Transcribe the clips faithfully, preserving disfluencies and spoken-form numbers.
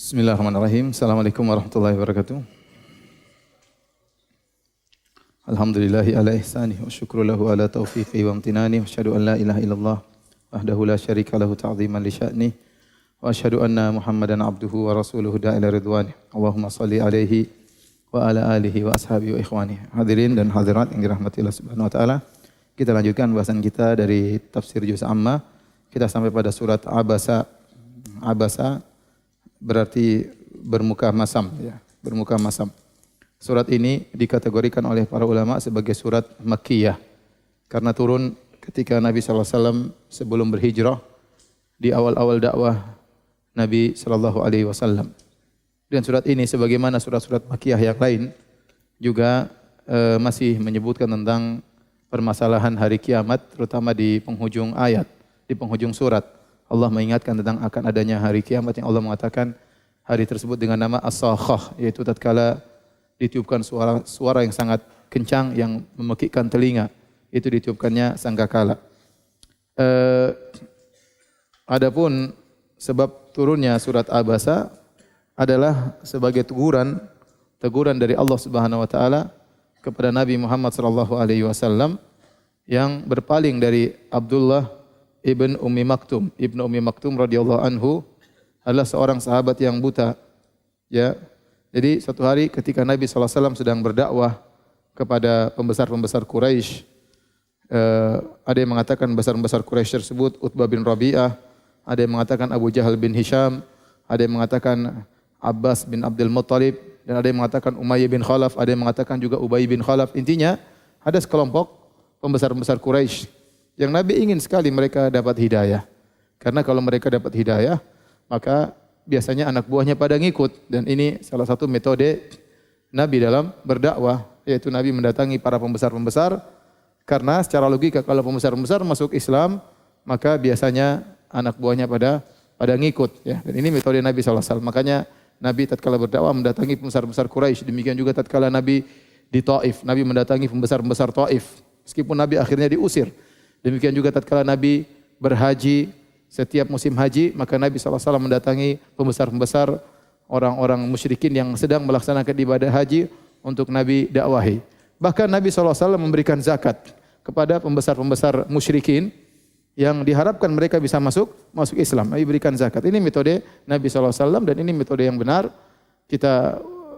Bismillahirrahmanirrahim. Assalamualaikum warahmatullahi wabarakatuh. Alhamdulillahi ala ihsanih wa syukru lahu ala taufiqi wa amtinani wa asyhadu an la ilaha illallah wahdahu la syarika lahu ta'ziman li sya'ni wa asyhadu anna Muhammadan abduhu wa rasuluhu da'ila ridwani. Allahumma salli alaihi wa ala alihi wa ashabihi wa ikhwani. Hadirin dan hadirat yang dirahmati Allah Subhanahu wa taala. Kita lanjutkan bahasan kita dari tafsir juz amma. Kita sampai pada surat Abasa. Abasa berarti bermuka masam, ya, bermuka masam. Surat ini dikategorikan oleh para ulama sebagai surat Makkiyah karena turun ketika Nabi sallallahu alaihi wasallam sebelum berhijrah di awal-awal dakwah Nabi sallallahu alaihi wasallam. Dan surat ini sebagaimana surat-surat Makkiyah yang lain juga e, masih menyebutkan tentang permasalahan hari kiamat, terutama di penghujung ayat, di penghujung surat. Allah mengingatkan tentang akan adanya hari kiamat yang Allah mengatakan hari tersebut dengan nama As-Sakhah, yaitu tatkala ditiupkan suara suara yang sangat kencang yang memekikkan telinga, itu ditiupkannya sangkakala. Eh, adapun sebab turunnya surat Abasa adalah sebagai teguran teguran dari Allah Subhanahu wa taala kepada Nabi Muhammad sallallahu alaihi wasallam yang berpaling dari Abdullah Ibn Ummi Maktum. Ibn Ummi Maktum radhiyallahu anhu adalah seorang sahabat yang buta. Ya. Jadi suatu hari ketika Nabi sallallahu alaihi wasallam sedang berdakwah kepada pembesar-pembesar Quraisy, eh, ada yang mengatakan besar-besar Quraisy tersebut Utbah bin Rabi'ah, ada yang mengatakan Abu Jahal bin Hisham, ada yang mengatakan Abbas bin Abdul Muttalib, dan ada yang mengatakan Umayyah bin Khalaf, ada yang mengatakan juga Ubay bin Khalaf. Intinya ada sekelompok pembesar-pembesar Quraisy yang Nabi ingin sekali mereka dapat hidayah. Karena kalau mereka dapat hidayah, maka biasanya anak buahnya pada ngikut. Dan ini salah satu metode Nabi dalam berdakwah, yaitu Nabi mendatangi para pembesar-pembesar. Karena secara logika kalau pembesar-pembesar masuk Islam, maka biasanya anak buahnya pada pada ngikut. Ya. Dan ini metode Nabi sallallahu alaihi wasallam. Makanya Nabi tatkala berdakwah mendatangi pembesar-pembesar Quraisy. Demikian juga tatkala Nabi di Taif, Nabi mendatangi pembesar-pembesar Taif. Meskipun Nabi akhirnya diusir. Demikian juga tatkala Nabi berhaji, setiap musim haji, maka Nabi sallallahu alaihi wasallam mendatangi pembesar-pembesar orang-orang musyrikin yang sedang melaksanakan ibadah haji untuk Nabi dakwahi. Bahkan Nabi sallallahu alaihi wasallam memberikan zakat kepada pembesar-pembesar musyrikin yang diharapkan mereka bisa masuk masuk Islam. Nabi berikan zakat. Ini metode Nabi sallallahu alaihi wasallam dan ini metode yang benar. Kita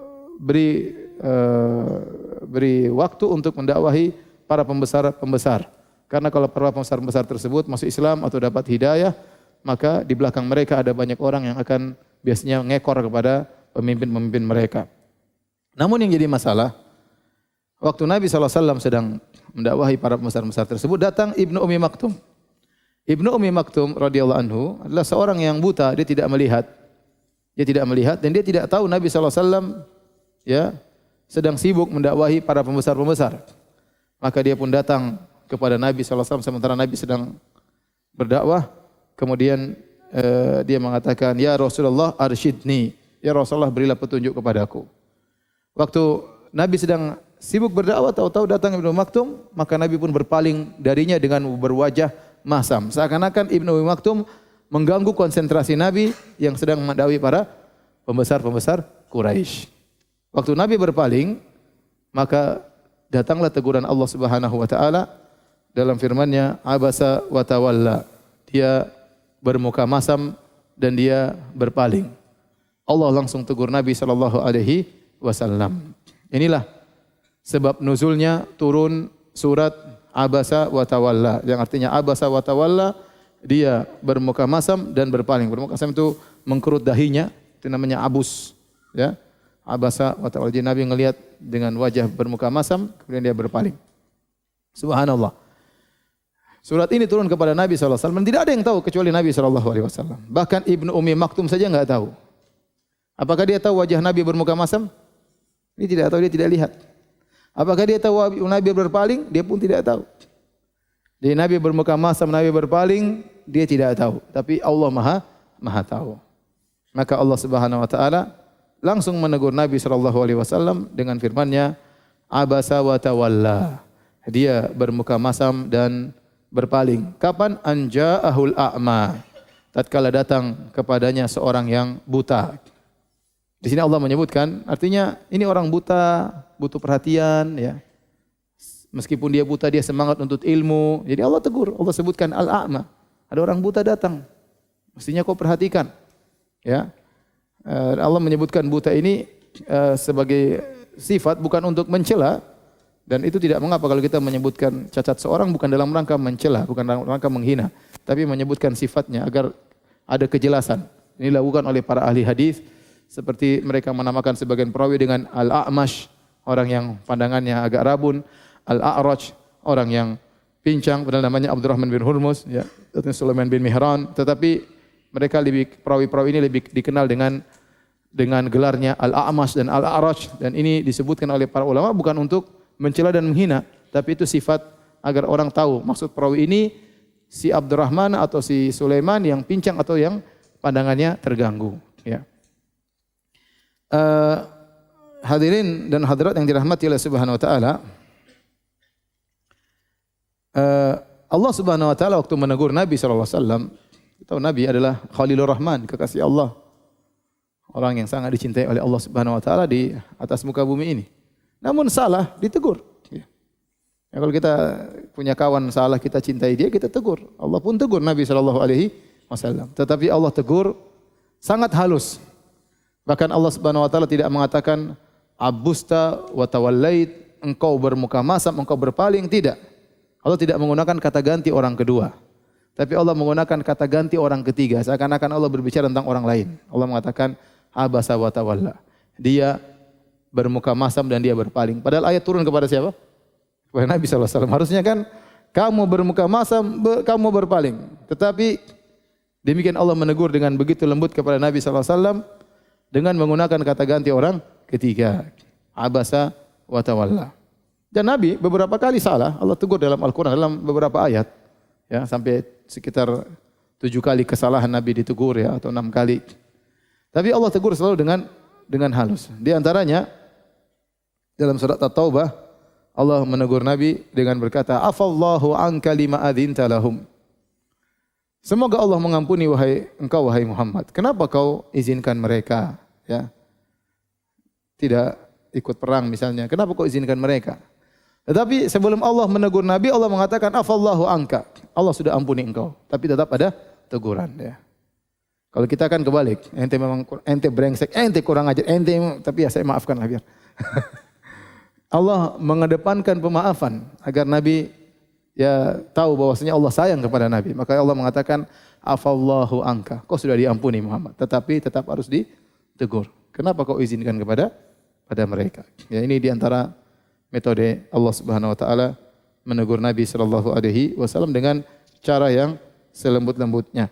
beri uh, beri waktu untuk mendakwahi para pembesar-pembesar. Karena kalau para pembesar-pembesar tersebut masuk Islam atau dapat hidayah, maka di belakang mereka ada banyak orang yang akan biasanya ngekor kepada pemimpin-pemimpin mereka. Namun yang jadi masalah, waktu Nabi sallallahu alaihi wasallam sedang mendakwahi para pembesar-pembesar tersebut, datang Ibnu Ummi Maktum. Ibnu Ummi Maktum radhiyallahu anhu adalah seorang yang buta, dia tidak melihat. Dia tidak melihat dan dia tidak tahu Nabi sallallahu alaihi wasallam ya sedang sibuk mendakwahi para pembesar-pembesar. Maka dia pun datang kepada Nabi sallallahu alaihi wasallam sementara Nabi sedang berdakwah. Kemudian eh, dia mengatakan, "Ya Rasulullah, arsyidni." Ya Rasulullah, berilah petunjuk kepadaku. Waktu Nabi sedang sibuk berdakwah, tahu-tahu datang Ibnu Maktum, maka Nabi pun berpaling darinya dengan berwajah masam. Seakan-akan Ibnu Maktum mengganggu konsentrasi Nabi yang sedang mendakwahi para pembesar-pembesar Quraisy. Waktu Nabi berpaling, maka datanglah teguran Allah Subhanahu wa taala dalam firman-Nya, Abasa wa tawalla. Dia bermuka masam dan dia berpaling. Allah langsung tegur Nabi sallallahu alaihi wasallam. Inilah sebab nuzulnya turun surat Abasa wa tawalla, yang artinya Abasa wa tawalla, dia bermuka masam dan berpaling. Bermuka masam itu mengkerut dahinya, itu namanya abus, ya. Abasa wa tawalla. Jadi Nabi ngelihat dengan wajah bermuka masam, kemudian dia berpaling. Subhanallah. Surat ini turun kepada Nabi sallallahu alaihi wasallam. Tidak ada yang tahu kecuali Nabi sallallahu alaihi wasallam. Bahkan Ibnu Ummi Maktum saja enggak tahu. Apakah dia tahu wajah Nabi bermuka masam? Dia tidak tahu, dia tidak lihat. Apakah dia tahu Nabi berpaling? Dia pun tidak tahu. Jadi Nabi bermuka masam, Nabi berpaling, dia tidak tahu. Tapi Allah Maha Maha tahu. Maka Allah Subhanahu wa taala langsung menegur Nabi sallallahu alaihi wasallam dengan firman-Nya, Abasa wa tawalla. Dia bermuka masam dan berpaling. Kapan? Anja'ahul a'ma. Tatkala datang kepadanya seorang yang buta. Di sini Allah menyebutkan, artinya ini orang buta, butuh perhatian, ya. Meskipun dia buta, dia semangat untuk ilmu. Jadi Allah tegur, Allah sebutkan al-a'ma. Ada orang buta datang, mestinya kau perhatikan. Ya, Allah menyebutkan buta ini sebagai sifat bukan untuk mencela, dan itu tidak mengapa kalau kita menyebutkan cacat seorang bukan dalam rangka mencela, bukan dalam rangka menghina, tapi menyebutkan sifatnya agar ada kejelasan. Ini dilakukan oleh para ahli hadis, seperti mereka menamakan sebagian perawi dengan al-a'mash, orang yang pandangannya agak rabun, al-a'raj, orang yang pincang, padahal namanya Abdurrahman bin Hurmuz, ya, atau Sulaiman bin Mihran, tetapi mereka lebih perawi-perawi ini lebih dikenal dengan dengan gelarnya al-a'mash dan al-a'raj, dan ini disebutkan oleh para ulama bukan untuk mencela dan menghina, tapi itu sifat agar orang tahu maksud perawi ini si Abdurrahman atau si Sulaiman yang pincang atau yang pandangannya terganggu. Ya. Uh, hadirin dan hadirat yang dirahmati oleh Subhanahu Wa Taala, uh, Allah Subhanahu Wa Taala waktu menegur Nabi Sallallahu Alaihi Wasallam, tahu Nabi adalah Khalilur Rahman, kekasih Allah, orang yang sangat dicintai oleh Allah Subhanahu Wa Taala di atas muka bumi ini. Namun salah, ditegur. Ya. Ya, kalau kita punya kawan salah, kita cintai dia, kita tegur. Allah pun tegur Nabi Sallallahu Alaihi Wasallam. Tetapi Allah tegur sangat halus. Bahkan Allah Subhanahu Wa Taala tidak mengatakan abusta wa tawallait, engkau bermuka masam, engkau berpaling, tidak. Allah tidak menggunakan kata ganti orang kedua. Tapi Allah menggunakan kata ganti orang ketiga. Seakan-akan Allah berbicara tentang orang lain. Allah mengatakan abasa wa tawalla. Dia bermuka masam dan dia berpaling. Padahal ayat turun kepada siapa? Kepada Nabi sallallahu alaihi wasallam. Harusnya kan kamu bermuka masam, ber, kamu berpaling. Tetapi demikian Allah menegur dengan begitu lembut kepada Nabi sallallahu alaihi wasallam dengan menggunakan kata ganti orang ketiga. Abasa wa tawalla. Dan Nabi beberapa kali salah, Allah tegur dalam Al-Qur'an dalam beberapa ayat. Ya, sampai sekitar tujuh kali kesalahan Nabi ditegur, ya, atau enam kali. Tapi Allah tegur selalu dengan dengan halus. Di antaranya dalam surat At-Taubah Allah menegur Nabi dengan berkata, "Afallahu anka lima adzinta lahum." Semoga Allah mengampuni wahai engkau wahai Muhammad. Kenapa kau izinkan mereka, ya, tidak ikut perang misalnya? Kenapa kau izinkan mereka? Tetapi sebelum Allah menegur Nabi, Allah mengatakan, "Afallahu anka." Allah sudah ampuni engkau, tapi tetap ada teguran, ya. Kalau kita kan kebalik, ente memang ente brengsek, ente kurang ajar, ente, tapi ya saya maafkan lah biar. Allah mengedepankan pemaafan agar Nabi ya tahu bahwasanya Allah sayang kepada Nabi. Maka Allah mengatakan afallahu anka. Kau sudah diampuni Muhammad, tetapi tetap harus ditegur. Kenapa kau izinkan kepada pada mereka? Ya, ini diantara metode Allah Subhanahu wa taala menegur Nabi sallallahu alaihi wasallam dengan cara yang selembut-lembutnya.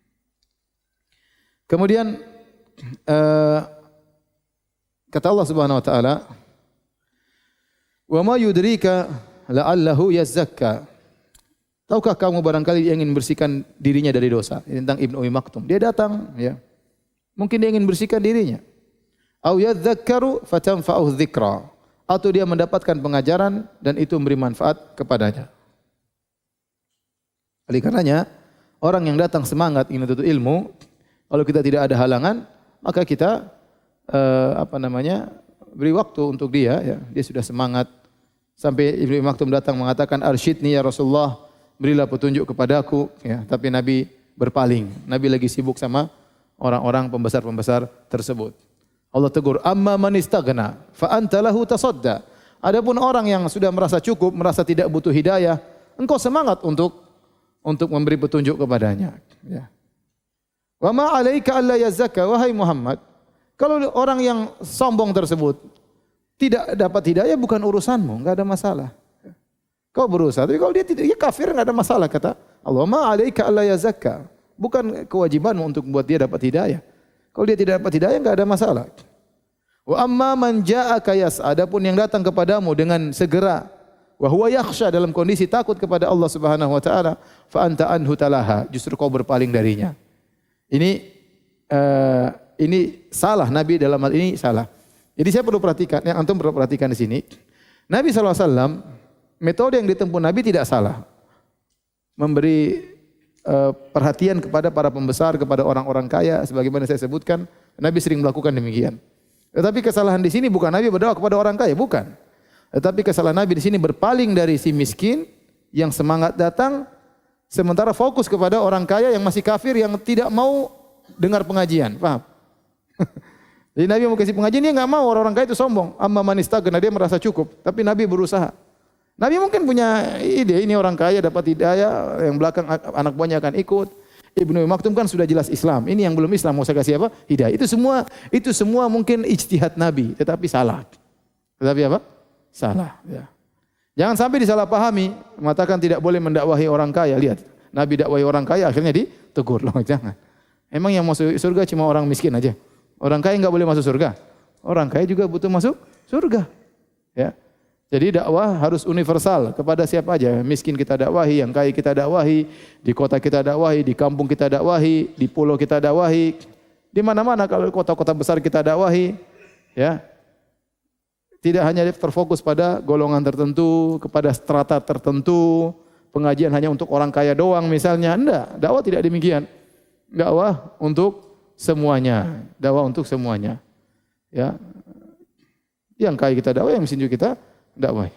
Kemudian uh, kata Allah Subhanahu wa taala, "Wa ma yudrika la'allahu yazzakka." Tahukah kamu barangkali dia ingin bersihkan dirinya dari dosa? Ini tentang Ibnu Ummi Maktum. Dia datang, ya. Mungkin dia ingin bersihkan dirinya. Au yadzakkaru fatanfa'uhu dzikra. Atau dia mendapatkan pengajaran dan itu memberi manfaat kepadanya. Oleh karenanya, orang yang datang semangat ingin menuntut ilmu, kalau kita tidak ada halangan, maka kita uh, apa namanya? beri waktu untuk dia, ya. Dia sudah semangat. Sampai Ibnu Maktum datang mengatakan, "Arsyidni ya Rasulullah, berilah petunjuk kepadaku." Ya, tapi Nabi berpaling. Nabi lagi sibuk sama orang-orang pembesar-pembesar tersebut. Allah tegur, "Amma man istaghna fa anta lahu tasadda." Adapun orang yang sudah merasa cukup, merasa tidak butuh hidayah, engkau semangat untuk untuk memberi petunjuk kepadanya. Ya. Wa ma 'alaika alla yazakka, wahai Muhammad. Kalau orang yang sombong tersebut tidak dapat hidayah, bukan urusanmu, enggak ada masalah. Kau berusaha, tapi kalau dia tidak, ya kafir, enggak ada masalah, kata Allah. Ma 'alaika alla yazakka. Bukan kewajibanmu untuk membuat dia dapat hidayah. Kalau dia tidak dapat hidayah, enggak ada masalah. Wa amma man ja'aka yas'a, adapun yang datang kepadamu dengan segera, wa huwa yakhsha, dalam kondisi takut kepada Allah Subhanahu wa taala, fa anta anhu talaha, justru kau berpaling darinya. Ini uh, ini salah, Nabi dalam hal ini salah. Jadi saya perlu perhatikan, yang antum perlu perhatikan di sini. Nabi sallallahu alaihi wasallam, metode yang ditempuh Nabi tidak salah. Memberi uh, perhatian kepada para pembesar, kepada orang-orang kaya, sebagaimana saya sebutkan, Nabi sering melakukan demikian. Tetapi kesalahan di sini bukan Nabi berdakwah kepada orang kaya, bukan. Tetapi kesalahan Nabi di sini berpaling dari si miskin yang semangat datang, sementara fokus kepada orang kaya yang masih kafir yang tidak mau dengar pengajian. Paham? Jadi Nabi mau kasih pengajian, dia enggak mau, orang-orang kaya itu sombong. Amma man istaghna, dia merasa cukup. Tapi Nabi berusaha. Nabi mungkin punya ide, ini orang kaya dapat hidayah, yang belakang anak buahnya akan ikut. Ibnu Umi Maktum kan sudah jelas Islam. Ini yang belum Islam mau saya kasih apa? Hidayah. Itu semua itu semua mungkin ijtihad Nabi, tetapi salah. Tetapi apa? Salah, ya. Jangan sampai disalahpahami, mengatakan tidak boleh mendakwahi orang kaya. Lihat, Nabi dakwahi orang kaya akhirnya ditegur. Loh, jangan. Emang yang masuk surga cuma orang miskin aja? Orang kaya enggak boleh masuk surga? Orang kaya juga butuh masuk surga. Ya. Jadi dakwah harus universal kepada siapa aja. Miskin kita dakwahi, yang kaya kita dakwahi, di kota kita dakwahi, di kampung kita dakwahi, di pulau kita dakwahi, di mana-mana kalau kota-kota besar kita dakwahi, ya. Tidak hanya terfokus pada golongan tertentu, kepada strata tertentu, pengajian hanya untuk orang kaya doang misalnya. Enggak, dakwah tidak demikian. Dakwah untuk semuanya, dakwah untuk semuanya. Ya. Yang kaya kita dakwah, yang miskin juga kita dakwah.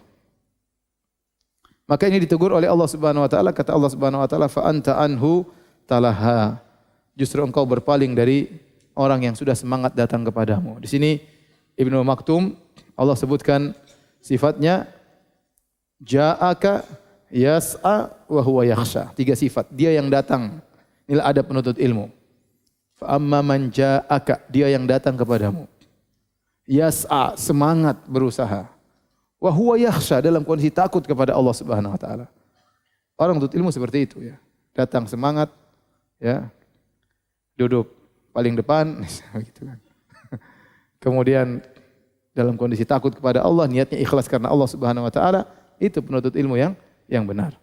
Maka ini ditegur oleh Allah Subhanahu wa taala, kata Allah Subhanahu wa taala, fa anta anhu talaha. Justru engkau berpaling dari orang yang sudah semangat datang kepadamu. Di sini Ibnu Maktum Allah sebutkan sifatnya ja'aka yas'a wa huwa yakhsha. Tiga sifat. Dia yang datang. Inilah adab penuntut ilmu. Fa amma man ja'aka, dia yang datang kepadamu. Yas'a, semangat berusaha. Wa huwa yakhsha, dalam kondisi takut kepada Allah Subhanahu wa taala. Orang penuntut ilmu seperti itu ya. Datang semangat ya. Duduk paling depan gitu kan. Kemudian dalam kondisi takut kepada Allah, niatnya ikhlas karena Allah Subhanahu wa taala, itu penuntut ilmu yang yang benar.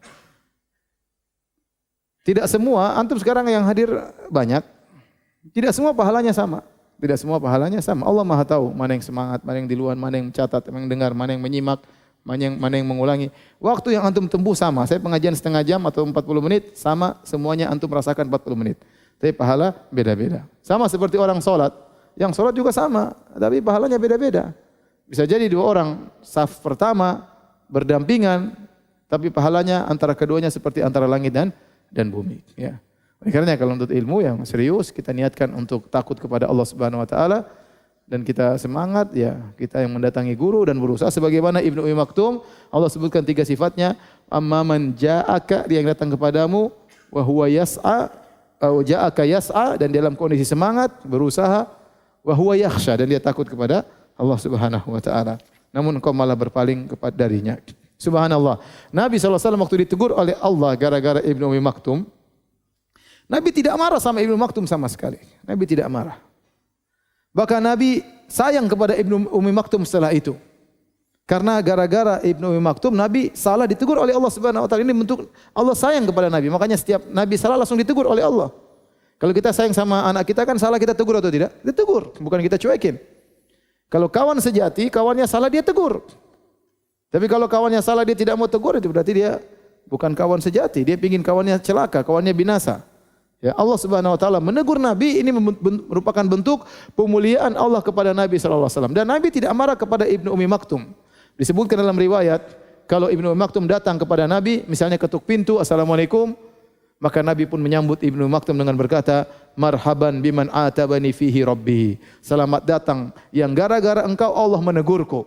Tidak semua, antum sekarang yang hadir banyak, tidak semua pahalanya sama. Tidak semua pahalanya sama. Allah Maha tahu mana yang semangat, mana yang di luar, mana yang mencatat, mana yang dengar, mana yang menyimak, mana yang mana yang mengulangi. Waktu yang antum tempuh sama. Saya pengajian setengah jam atau empat puluh menit sama, semuanya antum merasakan empat puluh menit. Tapi pahala beda-beda. Sama seperti orang salat. Yang salat juga sama, tapi pahalanya beda-beda. Bisa jadi dua orang saf pertama berdampingan, tapi pahalanya antara keduanya seperti antara langit dan dan bumi, ya. Oleh karena kalau untuk ilmu yang serius, kita niatkan untuk takut kepada Allah Subhanahu wa taala dan kita semangat, ya, kita yang mendatangi guru dan berusaha sebagaimana Ibnu Umi Maktum, Allah sebutkan tiga sifatnya, amma man ja'aka, dia yang datang kepadamu, wa huwa yas'a, au ja'aka yas'a, dan dalam kondisi semangat, berusaha, wa huwa yakhsha, dan dia takut kepada Allah Subhanahu wa taala. Namun engkau malah berpaling kepada darinya. Subhanallah. Nabi sallallahu alaihi wasallam waktu ditegur oleh Allah gara-gara Ibnu Umi Maktum, Nabi tidak marah sama Ibnu Maktum sama sekali. Nabi tidak marah. Bahkan Nabi sayang kepada Ibnu Umi Maktum setelah itu. Karena gara-gara Ibnu Umi Maktum, Nabi salah ditegur oleh Allah Subhanahu wa taala. Ini bentuk Allah sayang kepada Nabi. Makanya setiap Nabi salah langsung ditegur oleh Allah. Kalau kita sayang sama anak kita kan salah kita tegur atau tidak? Ditegur, bukan kita cuekin. Kalau kawan sejati, kawannya salah dia tegur. Tapi kalau kawannya salah dia tidak mau tegur, itu berarti dia bukan kawan sejati. Dia ingin kawannya celaka, kawannya binasa. Ya, Allah Subhanahu wa taala menegur Nabi, ini merupakan bentuk pemuliaan Allah kepada Nabi sallallahu alaihi wasallam. Dan Nabi tidak marah kepada Ibnu Umi Maktum. Disebutkan dalam riwayat, kalau Ibnu Umi Maktum datang kepada Nabi, misalnya ketuk pintu, Assalamualaikum, maka Nabi pun menyambut Ibnu Maktum dengan berkata, marhaban biman atabani fihi rabbi. Selamat datang yang gara-gara engkau Allah menegurku.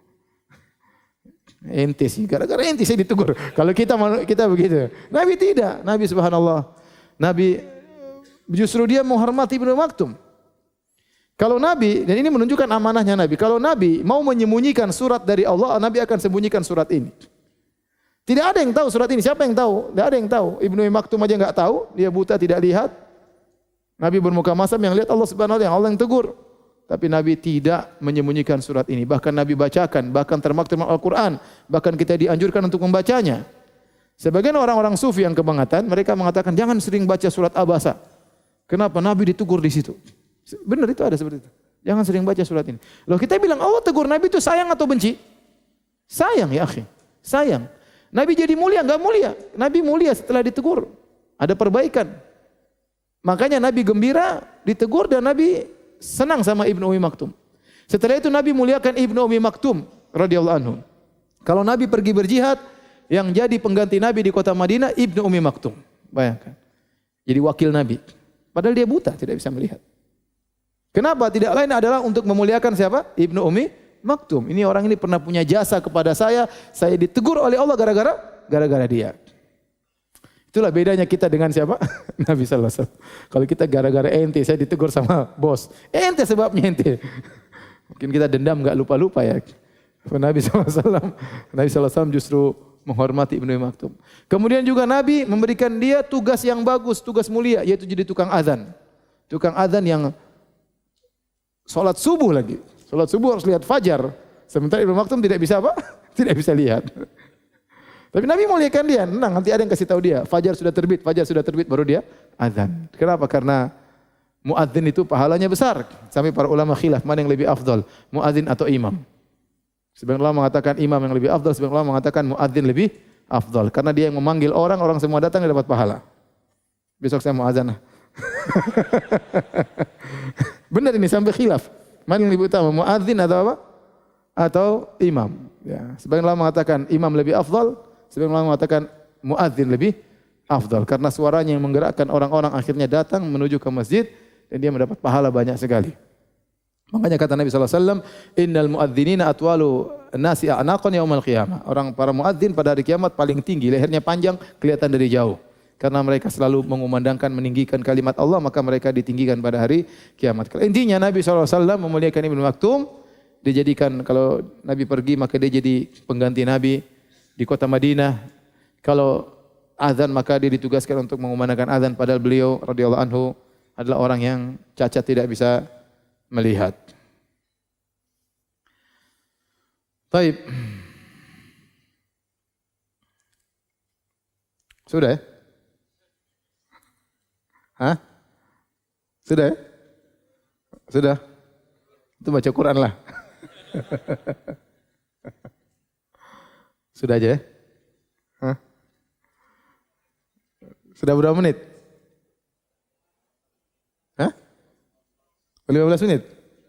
Ente sih, gara-gara ente saya ditegur. Kalau kita kita begitu. Nabi tidak. Nabi subhanallah. Nabi justru dia menghormati Ibnu Maktum. Kalau Nabi, dan ini menunjukkan amanahnya Nabi. Kalau Nabi mau menyembunyikan surat dari Allah, Nabi akan sembunyikan surat ini. Tidak ada yang tahu surat ini. Siapa yang tahu? Tidak ada yang tahu. Ibnu Maktum aja enggak tahu. Dia buta, tidak lihat. Nabi bermuka masam, yang lihat Allah Subhanahu wa taala, Allah yang tegur. Tapi Nabi tidak menyembunyikan surat ini. Bahkan Nabi bacakan, bahkan termaktum Al-Quran. Bahkan kita dianjurkan untuk membacanya. Sebagian orang-orang sufi yang kebangetan, mereka mengatakan jangan sering baca surat Abasa. Kenapa? Nabi ditegur di situ. Benar itu ada seperti itu. Jangan sering baca surat ini. Loh kita bilang Allah tegur Nabi itu sayang atau benci? Sayang ya akhi. Sayang. Nabi jadi mulia, enggak mulia. Nabi mulia setelah ditegur. Ada perbaikan. Makanya Nabi gembira ditegur dan Nabi senang sama Ibnu Umi Maktum. Setelah itu Nabi muliakan Ibnu Ummi Maktum radhiyallahu anhu. Kalau Nabi pergi berjihad, yang jadi pengganti Nabi di kota Madinah Ibnu Ummi Maktum. Bayangkan. Jadi wakil Nabi. Padahal dia buta, tidak bisa melihat. Kenapa? Tidak lain adalah untuk memuliakan siapa? Ibnu Ummi Maktum. Ini orang ini pernah punya jasa kepada saya, saya ditegur oleh Allah gara-gara gara-gara dia. Itulah bedanya kita dengan siapa? Nabi sallallahu alaihi wasallam. Kalau kita gara-gara ente, saya ditegur sama bos. Ente sebabnya ente. Mungkin kita dendam enggak lupa-lupa ya. Nabi sallallahu alaihi wasallam, Nabi sallallahu alaihi wasallam justru menghormati Ibnu Ummi Maktum. Kemudian juga Nabi memberikan dia tugas yang bagus, tugas mulia, yaitu jadi tukang azan. Tukang azan yang salat subuh lagi. Salat subuh harus lihat fajar. Sementara Ibnu Maktum tidak bisa apa? Tidak bisa lihat. Tapi Nabi muliakan dia. Tenang, nanti ada yang kasih tahu dia. Fajar sudah terbit, fajar sudah terbit baru dia azan. Kenapa? Karena muadzin itu pahalanya besar. Sampai para ulama khilaf mana yang lebih afdal, muadzin atau imam. Sebagian ulama mengatakan imam yang lebih afdal, sebagian ulama mengatakan muadzin lebih afdal. Karena dia yang memanggil orang, orang semua datang dan dapat pahala. Besok saya mau azan. Benar ini sampai khilaf. Mana yang lebih utama, muadzin atau apa? Atau imam. Ya, sebagian ulama mengatakan imam lebih afdal. Sebagian ulama mengatakan muadzin lebih afdal karena suaranya yang menggerakkan orang-orang akhirnya datang menuju ke masjid dan dia mendapat pahala banyak sekali. Makanya kata Nabi sallallahu alaihi wasallam, "Innal muadzinina atwalu nasi a'naqan yaumal qiyamah." Orang para muadzin pada hari kiamat paling tinggi, lehernya panjang, kelihatan dari jauh. Karena mereka selalu mengumandangkan, meninggikan kalimat Allah, maka mereka ditinggikan pada hari kiamat. Intinya Nabi sallallahu alaihi wasallam memuliakan Ibnu Maktum, dijadikan kalau Nabi pergi maka dia jadi pengganti Nabi di kota Madinah. Kalau azan maka dia ditugaskan untuk mengumandangkan azan, padahal beliau radhiyallahu anhu adalah orang yang cacat tidak bisa melihat. Baik. Sudah ya? Hah? Sudah ya? Sudah? Itu baca Quran lah. Sudah aja ya? Hah? Sudah berapa menit? Hah? lima belas menit?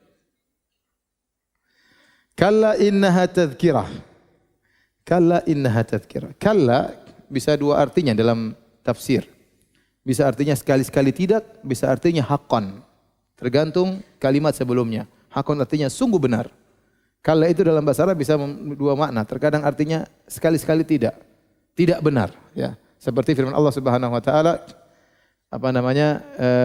Kalla innaha tadhkirah. Kalla innaha tadhkirah. Kalla bisa dua artinya dalam tafsir. Bisa artinya sekali-sekali tidak, bisa artinya haqqan. Tergantung kalimat sebelumnya. Haqqan artinya sungguh benar. Kalla itu dalam bahasa Arab bisa dua makna. Terkadang artinya sekali-sekali tidak. Tidak benar. Ya. Seperti firman Allah Subhanahu Wa Taala, apa namanya?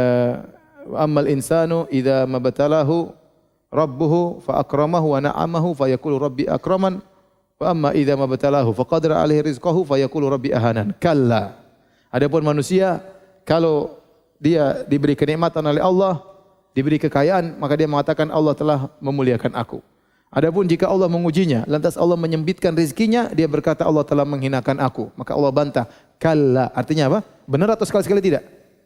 Wa ammal insanu idza mabtalahu rabbuhu fa akramahu wa na'amahu fa yaqulu rabbi akraman wa amma idza mabtalahu fa qadara alaihi rizqahu fa yaqulu rabbi ahanan. Kalla. Adapun manusia kalau dia diberi kenikmatan oleh Allah, diberi kekayaan, maka dia mengatakan Allah telah memuliakan aku. Adapun jika Allah mengujinya, lantas Allah menyempitkan rezekinya, dia berkata Allah telah menghinakan aku. Maka Allah bantah. Kalla. Artinya apa? Benar atau sekali-sekali tidak?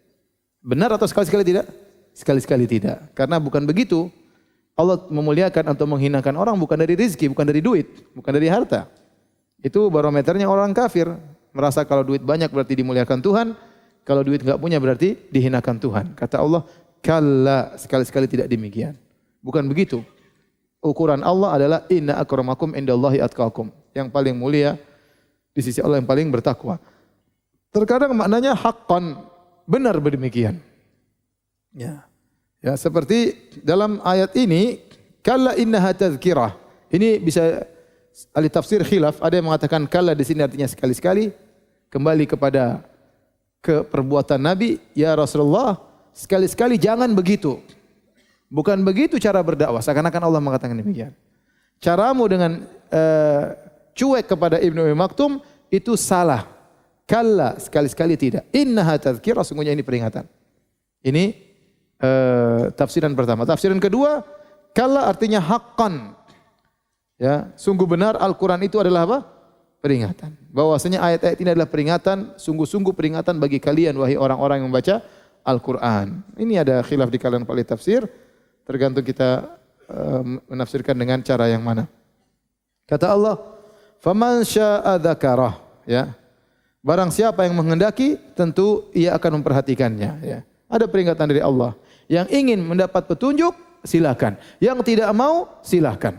Benar atau sekali-sekali tidak? Sekali-sekali tidak. Karena bukan begitu. Allah memuliakan atau menghinakan orang bukan dari rezeki, bukan dari duit, bukan dari harta. Itu barometernya orang kafir. Merasa kalau duit banyak berarti dimuliakan Tuhan. Kalau duit enggak punya berarti dihinakan Tuhan. Kata Allah, kalla, sekali-sekali tidak demikian. Bukan begitu. Ukuran Allah adalah inna akramakum indallahi atqakum. Yang paling mulia di sisi Allah yang paling bertakwa. Terkadang maknanya haqqan, benar berdemikian. Ya. Ya, seperti dalam ayat ini, kalla innaha tadhkirah. Ini bisa ahli tafsir khilaf, ada yang mengatakan kalla di sini artinya sekali-sekali, kembali kepada ke perbuatan Nabi, ya Rasulullah, sekali-sekali jangan begitu. Bukan begitu cara berdakwah, seakan-akan Allah mengatakan demikian. Caramu dengan uh, cuek kepada Ibnu Ummi Maktum itu salah. Kalla, sekali-sekali tidak. Innaha tadhkirah, sungguhnya ini peringatan. Ini uh, tafsiran pertama. Tafsiran kedua, kalla artinya haqqan. Ya, sungguh benar Al-Quran itu adalah apa? Peringatan. Bahwasanya ayat-ayat ini adalah peringatan, sungguh-sungguh peringatan bagi kalian wahai orang-orang yang membaca Al-Quran. Ini ada khilaf di kalangan para tafsir. Tergantung kita uh, menafsirkan dengan cara yang mana. Kata Allah, "Faman syaa'a dzakarah." Ya. Barang siapa yang menghendaki, tentu ia akan memperhatikannya, ya. Ada peringatan dari Allah. Yang ingin mendapat petunjuk, silakan. Yang tidak mau, silakan.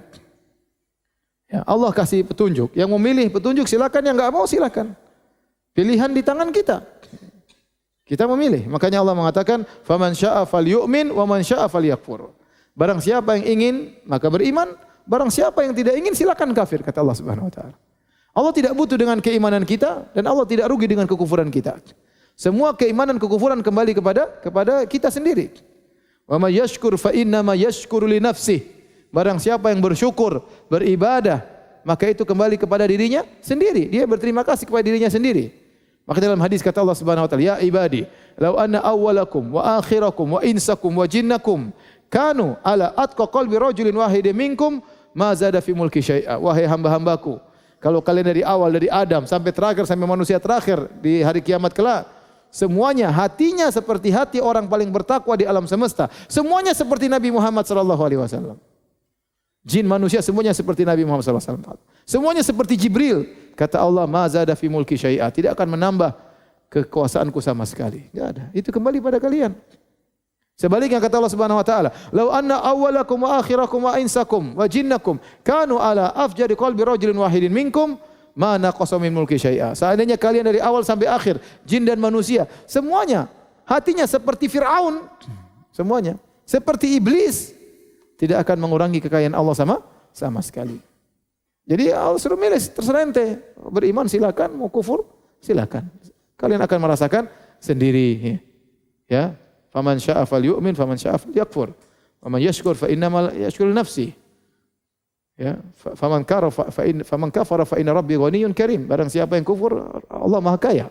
Ya, Allah kasih petunjuk. Yang memilih petunjuk silakan, yang enggak mau silakan. Pilihan di tangan kita. Kita memilih. Makanya Allah mengatakan, "Faman syaa'a falyu'min wa man syaa'a falyakfur." Barang siapa yang ingin, maka beriman. Barang siapa yang tidak ingin, silakan kafir, kata Allah Subhanahu wa taala. Allah tidak butuh dengan keimanan kita dan Allah tidak rugi dengan kekufuran kita. Semua keimanan kekufuran kembali kepada kepada kita sendiri. Wa may yashkur fa inna ma yashkuru li nafsihi. Barang siapa yang bersyukur, beribadah, maka itu kembali kepada dirinya sendiri. Dia berterima kasih kepada dirinya sendiri. Maka dalam hadis kata Allah Subhanahu wa taala, "Ya ibadi, law anna awwalakum wa akhirakum wa insakum wa jinnakum kanu ala atqa qalbi rajulin wahidin minkum ma zada fi mulki syai'a." Wahai hamba-hambaku, kalau kalian dari awal dari Adam sampai terakhir sampai manusia terakhir di hari kiamat kelak, semuanya hatinya seperti hati orang paling bertakwa di alam semesta. Semuanya seperti Nabi Muhammad sallallahu alaihi wasallam. Jin manusia semuanya seperti Nabi Muhammad sallallahu alaihi wasallam. Semuanya seperti Jibril. Kata Allah, "Ma zada fi mulki syai'a." Tidak akan menambah kekuasaanku sama sekali. Enggak ada. Itu kembali pada kalian. Sebaliknya kata Allah Subhanahu wa taala, "Lau anna awwalakum wa akhirakum wa insakum wa jinnakum kanu ala afjari qalbi rajulin wahidin minkum ma naqasa min mulki syai'a." Seandainya kalian dari awal sampai akhir, jin dan manusia, semuanya hatinya seperti Firaun, semuanya seperti iblis, tidak akan mengurangi kekayaan Allah sama sama sekali. Jadi Allah suruh milih, terserah ente. Beriman silakan, mau kufur silakan. Kalian akan merasakan sendiri. Ya, faman syaa'a falyu'min, faman syaa'a falyakfur. Faman yashkur fa innamal yashkuru nafsi. Ya, faman kafara fa in faman kafara fa inna rabbi ghaniyyun karim. Barang siapa yang kufur, Allah Maha Kaya.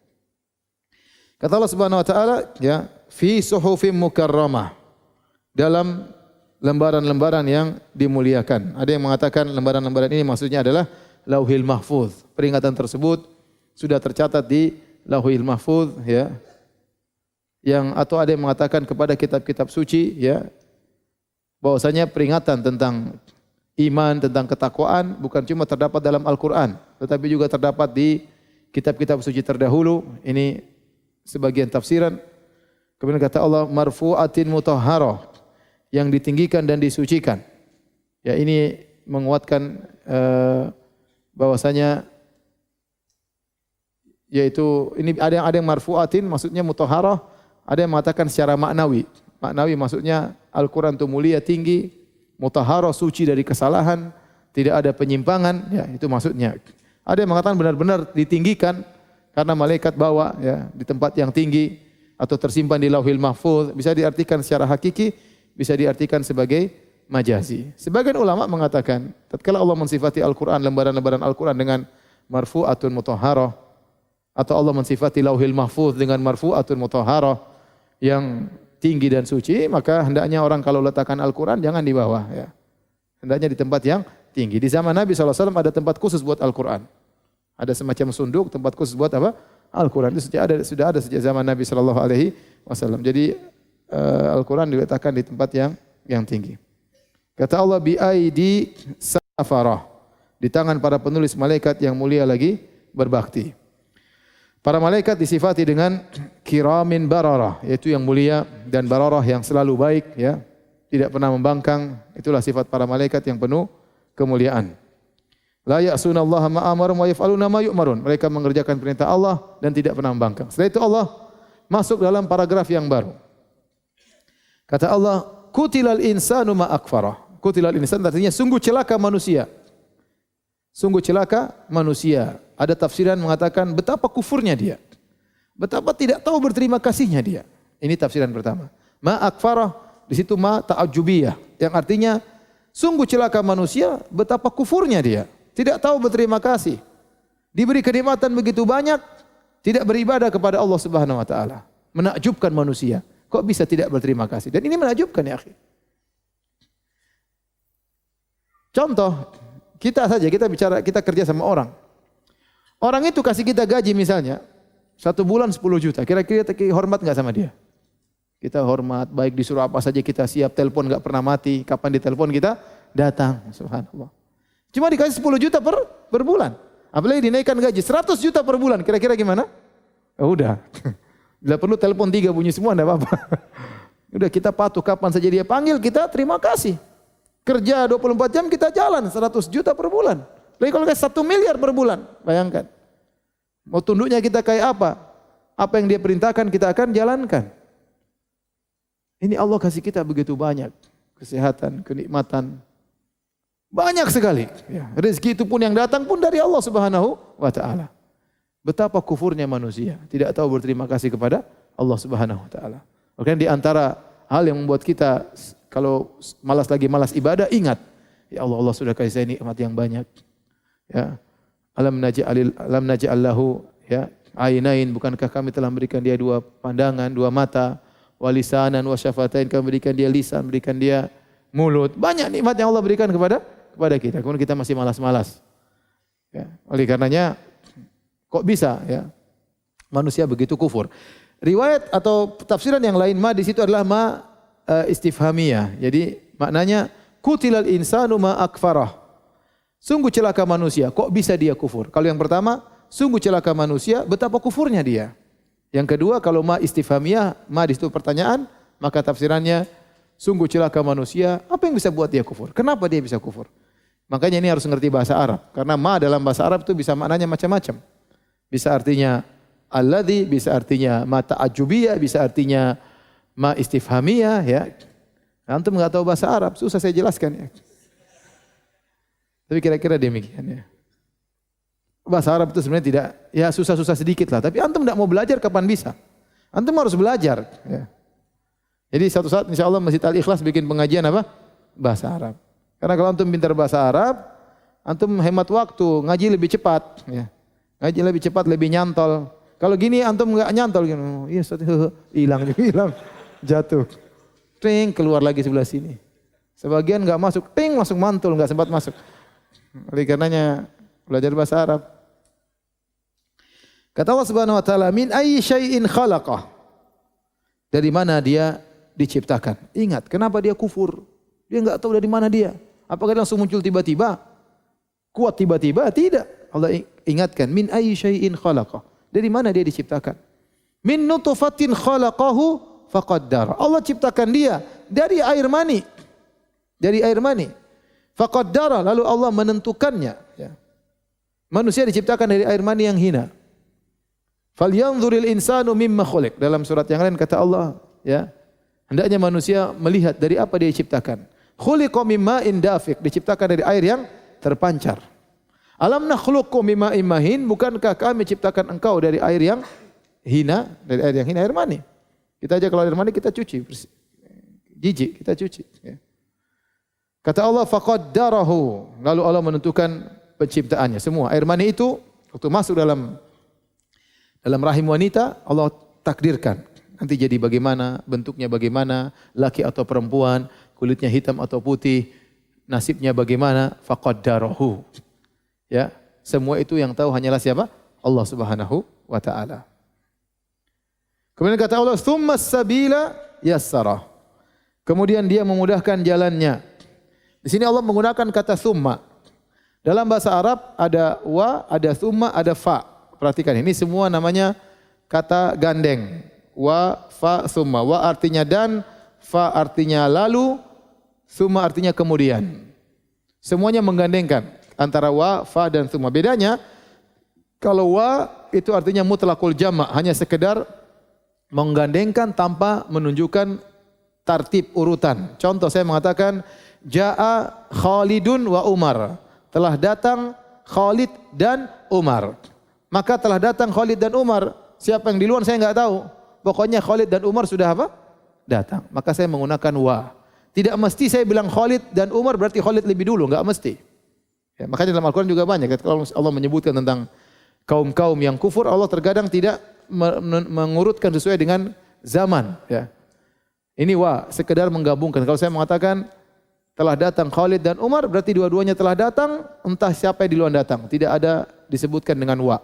Kata Allah Subhanahu wa taala, ya, fi suhufim mukarramah. Dalam lembaran-lembaran yang dimuliakan. Ada yang mengatakan lembaran-lembaran ini maksudnya adalah Lauhil Mahfuz. Peringatan tersebut sudah tercatat di Lauhil Mahfuz, ya. Yang atau ada yang mengatakan kepada kitab-kitab suci, ya, bahwasanya peringatan tentang iman, tentang ketakwaan bukan cuma terdapat dalam Al-Qur'an, tetapi juga terdapat di kitab-kitab suci terdahulu. Ini sebagian tafsiran. Kemudian kata Allah, marfu'atin mutahharah, yang ditinggikan dan disucikan. Ya, ini menguatkan uh, bahwasanya yaitu ini ada yang ada yang marfu'atin maksudnya mutahharah, ada yang mengatakan secara maknawi. Maknawi maksudnya Al-Qur'an itu mulia, tinggi, mutahharah, suci dari kesalahan, tidak ada penyimpangan, ya itu maksudnya. Ada yang mengatakan benar-benar ditinggikan karena malaikat bawa, ya, di tempat yang tinggi atau tersimpan di Lauhil Mahfuz. Bisa diartikan secara hakiki, bisa diartikan sebagai majazi. Sebagian ulama mengatakan, tatkala Allah mensifati Al-Qur'an, lembaran-lembaran Al-Qur'an dengan marfu'atun mutahharah, atau Allah mensifati Lauhil Mahfuz dengan marfu'atun mutahharah yang tinggi dan suci, maka hendaknya orang kalau letakkan Al-Qur'an jangan di bawah, ya. Hendaknya di tempat yang tinggi. Di zaman Nabi shallallahu alaihi wasallam ada tempat khusus buat Al-Qur'an. Ada semacam sunduk, tempat khusus buat apa? Al-Qur'an. Itu sudah ada, sudah ada sejak zaman Nabi shallallahu alaihi wasallam. Jadi Uh, Al-Quran diletakkan di tempat yang yang tinggi. Kata Allah, bi aidi safarah, di tangan para penulis malaikat yang mulia lagi berbakti. Para malaikat disifati dengan kiramin bararah, yaitu yang mulia, dan bararah yang selalu baik, ya, tidak pernah membangkang. Itulah sifat para malaikat yang penuh kemuliaan. La ya'sunallaha ma amarum wa yaf'aluna ma yu'marun. Mereka mengerjakan perintah Allah dan tidak pernah membangkang. Setelah itu Allah masuk dalam paragraf yang baru. Kata Allah, kutilal insanu ma akfarah. Kutilal insan artinya sungguh celaka manusia. Sungguh celaka manusia. Ada tafsiran mengatakan betapa kufurnya dia. Betapa tidak tahu berterima kasihnya dia. Ini tafsiran pertama. Ma akfarah, di situ ma ta'ajjubiyah, yang artinya sungguh celaka manusia, betapa kufurnya dia. Tidak tahu berterima kasih. Diberi kenikmatan begitu banyak, tidak beribadah kepada Allah Subhanahu wa taala. Menakjubkan manusia. Kok bisa tidak berterima kasih? Dan ini menakjubkan, ya akhi. Contoh, kita saja, kita bicara, kita kerja sama orang. Orang itu kasih kita gaji misalnya, satu bulan sepuluh juta. Kira-kira kita hormat nggak sama dia? Kita hormat, baik disuruh apa saja kita siap, telepon nggak pernah mati. Kapan ditelepon kita datang. Subhanallah. Cuma dikasih sepuluh juta per, per bulan. Apalagi dinaikkan gaji seratus juta per bulan. Kira-kira gimana? Oh, udah. Bila perlu telepon tiga bunyi semua, enggak apa-apa. Udah kita patuh kapan saja dia panggil, kita terima kasih. Kerja dua puluh empat jam kita jalan seratus juta per bulan. Lagi kalau kayak satu miliar per bulan, bayangkan. Mau tunduknya kita kayak apa? Apa yang dia perintahkan kita akan jalankan. Ini Allah kasih kita begitu banyak. Kesehatan, kenikmatan. Banyak sekali. Ya, rezeki itu pun yang datang pun dari Allah Subhanahu wa ta'ala. Betapa kufurnya manusia. Tidak tahu berterima kasih kepada Allah Subhanahu wa ta'ala. Makanya di antara hal yang membuat kita kalau malas lagi malas ibadah, ingat. Ya Allah, Allah sudah kasih saya nikmat yang banyak. Ya. Alam naj'alil alam naj'allahu ya ainain, bukankah kami telah memberikan dia dua pandangan, dua mata, walisanan wasyafatain, kami berikan dia lisan, berikan dia mulut. Banyak nikmat yang Allah berikan kepada kepada kita. Kemudian kita masih malas-malas. Ya. Oleh karenanya kok bisa ya manusia begitu kufur. Riwayat atau tafsiran yang lain ma di situ adalah ma uh, istifhamiyah. Jadi maknanya kutilal insanu ma akfarah. Sungguh celaka manusia, kok bisa dia kufur? Kalau yang pertama, sungguh celaka manusia, betapa kufurnya dia. Yang kedua, kalau ma istifhamiyah, ma di situ pertanyaan, maka tafsirannya sungguh celaka manusia, apa yang bisa buat dia kufur? Kenapa dia bisa kufur? Makanya ini harus ngerti bahasa Arab. Karena ma dalam bahasa Arab itu bisa maknanya macam-macam. Bisa artinya alladzi, bisa artinya ma ta'ajubiyah, bisa artinya ma istifhamiyah, ya. Antum enggak tahu bahasa Arab, susah saya jelaskan ya. Tapi kira-kira demikian ya. Bahasa Arab itu sebenarnya tidak, ya susah-susah sedikit lah. Tapi antum tidak mau belajar kapan bisa? Antum harus belajar. Ya. Jadi suatu saat insya Allah Masjid Al-Ikhlas bikin pengajian apa? Bahasa Arab. Karena kalau antum pintar bahasa Arab, antum hemat waktu, ngaji lebih cepat. Ya. Ngaji lebih cepat, lebih nyantol. Kalau gini antum nggak nyantol, gini, oh, iya hilang juga hilang, jatuh. Ting keluar lagi sebelah sini. Sebagian nggak masuk, ting langsung mantul, nggak sempat masuk. Oleh karenanya belajar bahasa Arab. Kata Allah Subhanahu wa taala, min ayyi syai'in khalaqah. Dari mana dia diciptakan? Ingat, kenapa dia kufur? Dia enggak tahu dari mana dia. Apakah dia langsung muncul tiba-tiba? Kuat tiba-tiba? Tidak. Allah ingatkan, min ayyi syai'in khalaqah. Dari mana dia diciptakan? Min nutfatin khalaqahu faqaddara. Allah ciptakan dia dari air mani. Dari air mani. Faqaddara, lalu Allah menentukannya. Ya. Manusia diciptakan dari air mani yang hina. Falyanzuril insanu mimma khuliq. Dalam surat yang lain kata Allah, ya, hendaknya manusia melihat dari apa dia diciptakan. Khuliqa mimma indafiq, diciptakan dari air yang terpancar. Alam nakhluqkum mimma imahin, bukankah kami ciptakan engkau dari air yang hina, dari air yang hina, air mani. Kita aja kalau air mani kita cuci, jijik kita cuci. Ya. Kata Allah, faqaddarahu, lalu Allah menentukan penciptaannya. Semua air mani itu waktu masuk dalam dalam rahim wanita, Allah takdirkan nanti jadi bagaimana, bentuknya bagaimana, laki atau perempuan, kulitnya hitam atau putih, nasibnya bagaimana, faqaddarahu. Ya, semua itu yang tahu hanyalah siapa? Allah Subhanahu wa taala. Kemudian kata Allah, tsummas sabila yassara. Kemudian dia memudahkan jalannya. Di sini Allah menggunakan kata summa. Dalam bahasa Arab ada wa, ada summa, ada fa. Perhatikan ini semua namanya kata gandeng. Wa, fa, summa. Wa artinya dan, fa artinya lalu, summa artinya kemudian. Semuanya menggandengkan antara wa, fa dan summa. Bedanya kalau wa itu artinya mutlaqul jama', hanya sekedar menggandengkan tanpa menunjukkan tartib urutan. Contoh saya mengatakan Ja'a Khalidun wa Umar. Telah datang Khalid dan Umar. Maka telah datang Khalid dan Umar. Siapa yang di luar saya enggak tahu. Pokoknya Khalid dan Umar sudah apa? Datang. Maka saya menggunakan wa. Tidak mesti saya bilang Khalid dan Umar berarti Khalid lebih dulu, enggak mesti. Ya, makanya dalam Al-Quran juga banyak. Kalau Allah menyebutkan tentang kaum-kaum yang kufur, Allah terkadang tidak mengurutkan sesuai dengan zaman. Ya. Ini wa, sekedar menggabungkan. Kalau saya mengatakan telah datang Khalid dan Umar, berarti dua-duanya telah datang, entah siapa yang duluan datang. Tidak ada disebutkan dengan wa.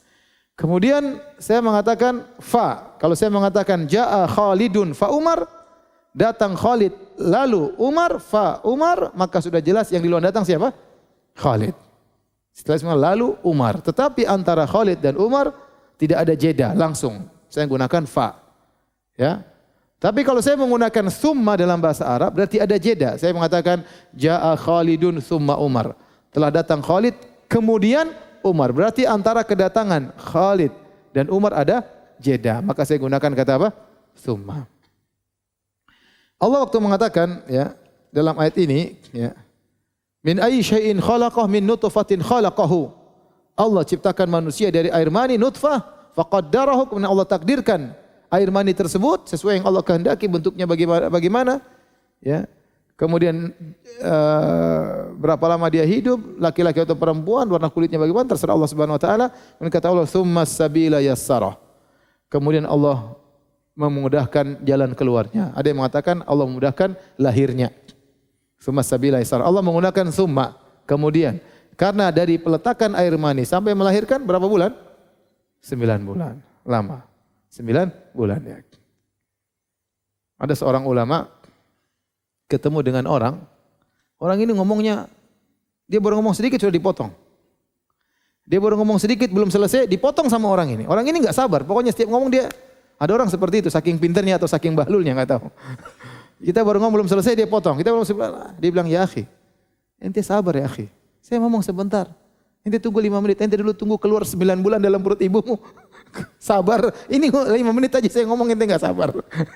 Kemudian saya mengatakan fa. Kalau saya mengatakan Ja'a Khalidun fa Umar, datang Khalid lalu Umar, fa Umar, maka sudah jelas yang duluan datang siapa? Khalid. Setelah semua lalu Umar. Tetapi antara Khalid dan Umar tidak ada jeda, langsung. Saya gunakan fa. Ya. Tapi kalau saya menggunakan summa dalam bahasa Arab berarti ada jeda. Saya mengatakan jaa Khalidun summa Umar. Telah datang Khalid kemudian Umar. Berarti antara kedatangan Khalid dan Umar ada jeda. Maka saya gunakan kata apa? Summa. Allah waktu mengatakan ya dalam ayat ini ya min ayyi syai'in khalaqah min nutfatin khalaqahu. Allah ciptakan manusia dari air mani nutfah faqaddarahu, kemudian Allah takdirkan air mani tersebut sesuai yang Allah kehendaki bentuknya bagaimana, bagaimana ya. Kemudian uh, berapa lama dia hidup, laki-laki atau perempuan, warna kulitnya bagaimana terserah Allah Subhanahu wa taala. Kemudian kata Allah tsummas sabila yassarah. Kemudian Allah memudahkan jalan keluarnya. Ada yang mengatakan Allah memudahkan lahirnya. Tsummas sabila yassarah. Allah menggunakan summa. Kemudian karena dari peletakan air mani sampai melahirkan berapa bulan? Sembilan bulan. Lama. Sembilan bulan ya. Ada seorang ulama ketemu dengan orang. Orang ini ngomongnya, dia baru ngomong sedikit sudah dipotong. Dia baru ngomong sedikit belum selesai dipotong sama orang ini. Orang ini nggak sabar. Pokoknya setiap ngomong dia, ada orang seperti itu, saking pinternya atau saking bahlulnya nggak tahu. Kita baru ngomong belum selesai dia potong. Kita belum selesai, dia bilang ya akhi, ente sabar ya akhi. Saya ngomong sebentar. Ente tunggu lima menit. Ente dulu tunggu keluar sembilan bulan dalam perut ibumu. Sabar. Ini lima menit aja saya ngomong ente nggak sabar.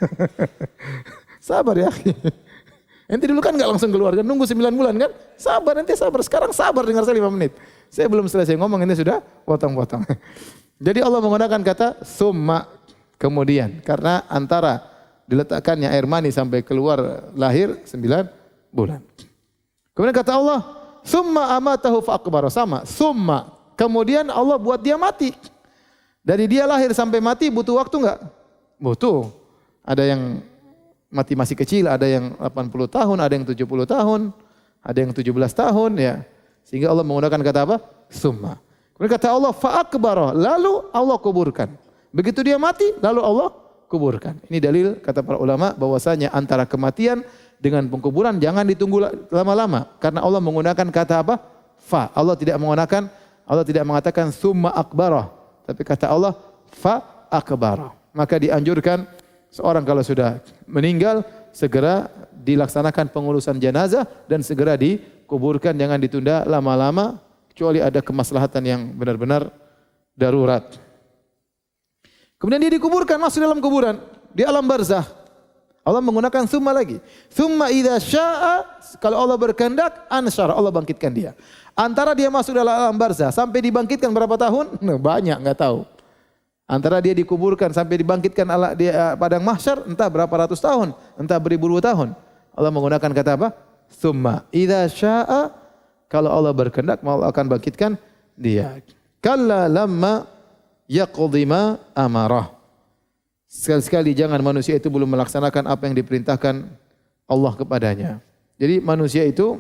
Sabar ya akhi. Ente dulu kan nggak langsung keluar kan, nunggu sembilan bulan kan? Sabar, ente sabar. Sekarang sabar dengar saya lima menit. Saya belum selesai ngomong ente sudah potong-potong. Jadi Allah menggunakan kata summa kemudian karena antara diletakkannya air mani sampai keluar lahir sembilan bulan. Kemudian kata Allah summa amatahu fa akbara, sama summa kemudian Allah buat dia mati. Dari dia lahir sampai mati butuh waktu enggak? Butuh. Ada yang mati masih kecil, ada yang delapan puluh tahun, ada yang tujuh puluh tahun, ada yang tujuh belas tahun ya. Sehingga Allah menggunakan kata apa? Summa. Kemudian kata Allah fa akbara, lalu Allah kuburkan. Begitu dia mati, lalu Allah kuburkan. Ini dalil kata para ulama bahwasanya antara kematian dengan pengkuburan jangan ditunggu lama-lama karena Allah menggunakan kata apa? Fa. Allah tidak menggunakan, Allah tidak mengatakan summa akbara, tapi kata Allah fa akbara. Maka dianjurkan seorang kalau sudah meninggal segera dilaksanakan pengurusan jenazah dan segera dikuburkan, jangan ditunda lama-lama kecuali ada kemaslahatan yang benar-benar darurat. Kemudian dia dikuburkan, masuk dalam kuburan di alam barzah. Allah menggunakan summa lagi. Summa idza syaa, kalau Allah berkehendak ansyara, Allah bangkitkan dia. Antara dia masuk dalam alam barzah sampai dibangkitkan berapa tahun? Nah, banyak enggak tahu. Antara dia dikuburkan sampai dibangkitkan ala dia padang mahsyar entah berapa ratus tahun, entah beribu-ribu tahun. Allah menggunakan kata apa? Summa idza syaa, kalau Allah berkehendak Allah akan bangkitkan dia. Kalla lamma yaqdi ma amarah. Sekali-sekali jangan manusia itu belum melaksanakan apa yang diperintahkan Allah kepadanya. Jadi manusia itu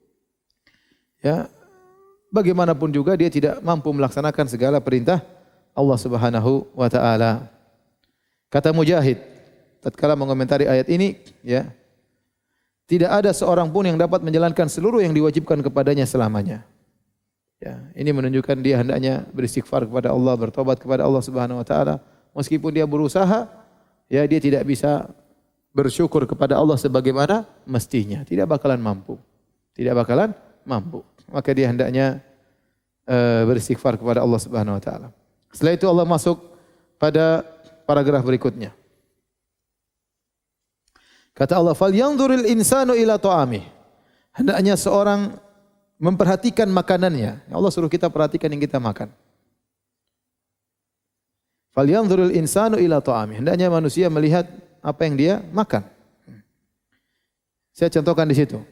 ya bagaimanapun juga dia tidak mampu melaksanakan segala perintah Allah Subhanahu wa taala. Kata Mujahid tatkala mengomentari ayat ini ya, tidak ada seorang pun yang dapat menjalankan seluruh yang diwajibkan kepadanya selamanya. Ya, ini menunjukkan dia hendaknya beristighfar kepada Allah, bertobat kepada Allah Subhanahu wa taala. Meskipun dia berusaha, ya dia tidak bisa bersyukur kepada Allah sebagaimana mestinya. Tidak bakalan mampu. Tidak bakalan mampu. Maka dia hendaknya uh, beristighfar kepada Allah Subhanahu wa taala. Setelah itu Allah masuk pada paragraf berikutnya. Kata Allah, "Falyanzuril insanu ila ta'amih." Hendaknya seorang memperhatikan makanannya. Allah suruh kita perhatikan yang kita makan. Falyanzuril insanu ila ta'amih. Hendaknya manusia melihat apa yang dia makan. Saya contohkan di situ.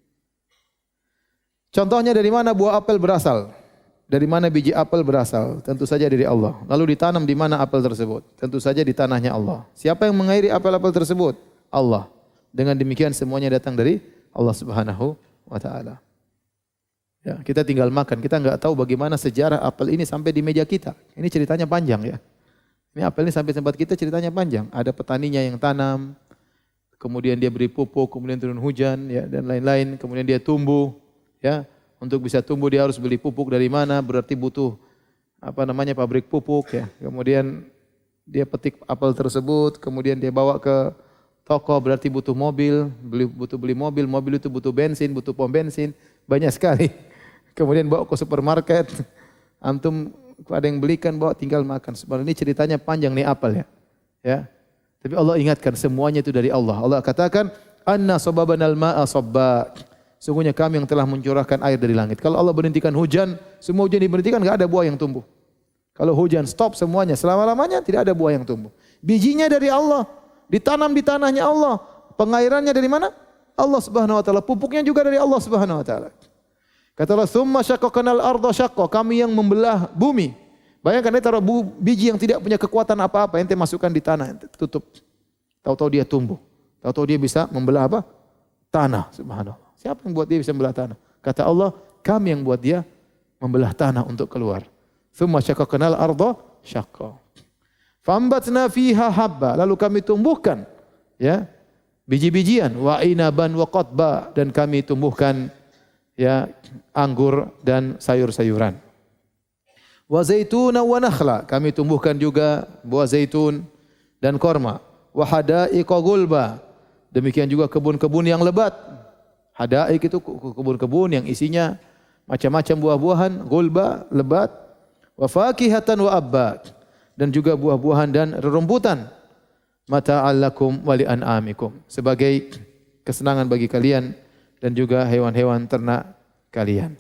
Contohnya dari mana buah apel berasal? Dari mana biji apel berasal? Tentu saja dari Allah. Lalu ditanam di mana apel tersebut? Tentu saja di tanahnya Allah. Siapa yang mengairi apel-apel tersebut? Allah. Dengan demikian semuanya datang dari Allah Subhanahu wa taala. Ya, kita tinggal makan. Kita enggak tahu bagaimana sejarah apel ini sampai di meja kita. Ini ceritanya panjang ya. Ini apel ini sampai tempat kita ceritanya panjang. Ada petaninya yang tanam, kemudian dia beri pupuk, kemudian turun hujan, ya dan lain-lain. Kemudian dia tumbuh, ya. Untuk bisa tumbuh dia harus beli pupuk dari mana? Berarti butuh apa namanya pabrik pupuk, ya. Kemudian dia petik apel tersebut, kemudian dia bawa ke toko berarti butuh mobil, beli, butuh beli mobil, mobil itu butuh bensin, butuh pom bensin, banyak sekali. Kemudian bawa ke supermarket, antum ada yang belikan, bawa tinggal makan. Sebenarnya ini ceritanya panjang nih apal ya. Ya. Tapi Allah ingatkan semuanya itu dari Allah. Allah katakan, "Anna sababanal ma'a sabba." Sungguhnya kami yang telah mencurahkan air dari langit. Kalau Allah berhentikan hujan, semua hujan diberhentikan, enggak ada buah yang tumbuh. Kalau hujan stop semuanya, selama-lamanya tidak ada buah yang tumbuh. Bijinya dari Allah, ditanam di tanahnya Allah. Pengairannya dari mana? Allah Subhanahu wa taala. Pupuknya juga dari Allah Subhanahu wa taala. Kata Allah, "Tsumma syaqqaqnal arda syaqqa." Kami yang membelah bumi. Bayangkan dia taruh biji yang tidak punya kekuatan apa-apa, ente masukkan di tanah, ente tutup. Tahu-tahu dia tumbuh. Tahu-tahu dia bisa membelah apa? Tanah, subhanallah. Siapa yang buat dia bisa membelah tanah? Kata Allah, kami yang buat dia membelah tanah untuk keluar. Tsumma syaqqaqnal arda syaqqa. Fambatna fiha habba. Lalu kami tumbuhkan ya biji-bijian wa inaban wa qatba, dan kami tumbuhkan ya anggur dan sayur-sayuran. Wa zaituna wa nakhla. Kami tumbuhkan juga buah zaitun dan korma. Wa hadaiqa gulba. Demikian juga kebun-kebun yang lebat. Hadaik itu kebun-kebun yang isinya macam-macam buah-buahan, gulba, lebat, wa fakihatan wa abba, dan juga buah-buahan dan rerumputan. Mata'al lakum wa li an'amikum, sebagai kesenangan bagi kalian dan juga hewan-hewan ternak kalian.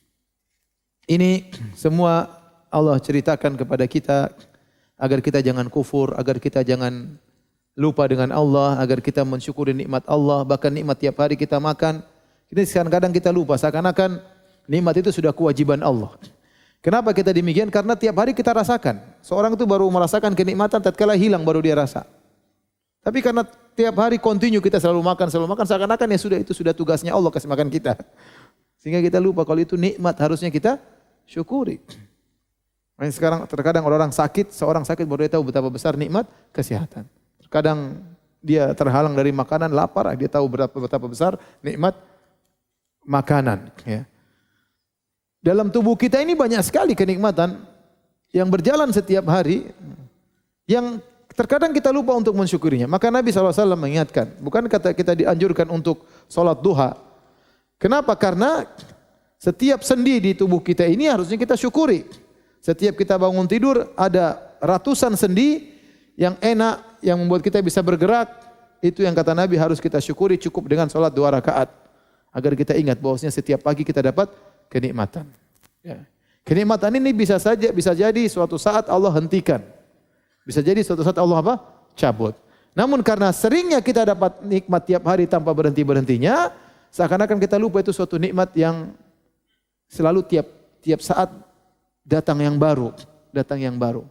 Ini semua Allah ceritakan kepada kita agar kita jangan kufur, agar kita jangan lupa dengan Allah, agar kita mensyukuri nikmat Allah, bahkan nikmat tiap hari kita makan. Ini kadang-kadang kita lupa, seakan-akan nikmat itu sudah kewajiban Allah. Kenapa kita demikian? Karena tiap hari kita rasakan. Seorang itu baru merasakan kenikmatan tatkala hilang baru dia rasa. Tapi karena tiap hari kontinu kita selalu makan, selalu makan, seakan-akan ya sudah, itu sudah tugasnya Allah kasih makan kita. Sehingga kita lupa kalau itu nikmat harusnya kita syukuri. Nah, sekarang terkadang orang sakit, seorang sakit baru dia tahu betapa besar nikmat kesehatan. Kadang dia terhalang dari makanan, lapar, dia tahu berapa betapa besar nikmat makanan. Ya. Dalam tubuh kita ini banyak sekali kenikmatan yang berjalan setiap hari, yang terkadang kita lupa untuk mensyukurinya. Maka Nabi shallallahu alaihi wasallam mengingatkan, bukan kata kita dianjurkan untuk sholat duha. Kenapa? Karena setiap sendi di tubuh kita ini harusnya kita syukuri. Setiap kita bangun tidur ada ratusan sendi yang enak, yang membuat kita bisa bergerak, itu yang kata Nabi harus kita syukuri, cukup dengan sholat dua rakaat. Agar kita ingat bahwasanya setiap pagi kita dapat kenikmatan. Ya. Kenikmatan ini bisa saja, bisa jadi suatu saat Allah hentikan. Bisa jadi suatu saat Allah apa? Cabut. Namun karena seringnya kita dapat nikmat tiap hari tanpa berhenti-berhentinya, seakan-akan kita lupa itu suatu nikmat yang selalu tiap tiap saat datang yang baru, datang yang baru.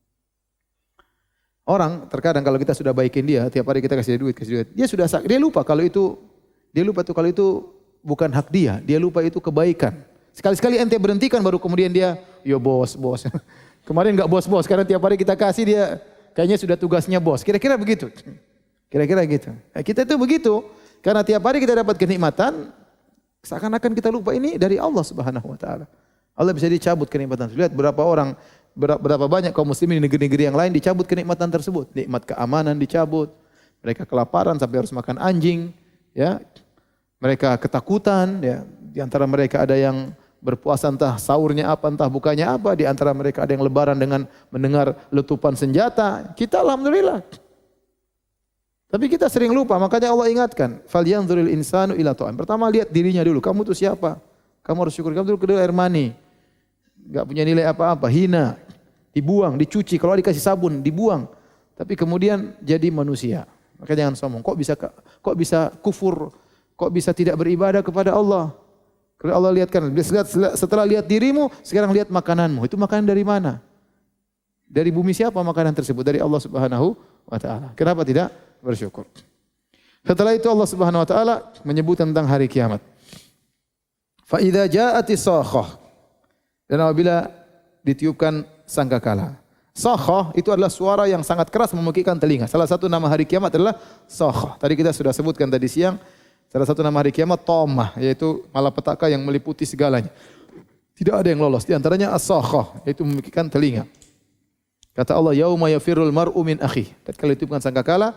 Orang terkadang kalau kita sudah baikin dia, tiap hari kita kasih duit, kasih duit, dia sudah dia lupa kalau itu dia lupa tuh kalau itu bukan hak dia, dia lupa itu kebaikan. Sekali-sekali ente berhentikan baru kemudian dia, yo bos, bos. Kemarin enggak bos-bos karena tiap hari kita kasih dia kayaknya sudah tugasnya bos. Kira-kira begitu. Kira-kira gitu. Nah, kita itu begitu karena tiap hari kita dapat kenikmatan, seakan-akan kita lupa ini dari Allah Subhanahu wa taala. Allah bisa dicabut kenikmatan. Lihat berapa orang, berapa banyak kaum muslimin di negeri-negeri yang lain dicabut kenikmatan tersebut. Nikmat keamanan dicabut. Mereka kelaparan sampai harus makan anjing, ya. Mereka ketakutan, ya. Di antara mereka ada yang berpuasa entah sahurnya apa, entah bukanya apa. Di antara mereka ada yang lebaran dengan mendengar letupan senjata. Kita alhamdulillah. Tapi kita sering lupa, makanya Allah ingatkan, falyanzuril insanu ila ta'am. Pertama lihat dirinya dulu, kamu itu siapa? Kamu harus syukur, kamu dulu kedua air mani. Enggak punya nilai apa-apa, hina, dibuang, dicuci, kalau dikasih sabun dibuang. Tapi kemudian jadi manusia. Maka jangan sombong. Kok bisa kok bisa kufur? Kok bisa tidak beribadah kepada Allah? Kalau Allah lihatkan, setelah lihat dirimu, sekarang lihat makananmu. Itu makanan dari mana? Dari bumi siapa makanan tersebut? Dari Allah Subhanahu wa taala. Kenapa tidak bersyukur? Setelah itu Allah Subhanahu wa taala menyebut tentang hari kiamat. Fa idza ja'atis sakhah. Dan apabila ditiupkan sangkakala. Sakhah itu adalah suara yang sangat keras memekikkan telinga. Salah satu nama hari kiamat adalah sakhah. Tadi kita sudah sebutkan tadi siang. Salah satu nama hari kiamat Tomah, yaitu malapetaka yang meliputi segalanya. Tidak ada yang lolos. Di antaranya as-sakhah, yaitu memekikkan telinga. Kata Allah, yauma yafirul mar'u min akhi. Ketika ditiupkan sangkakala,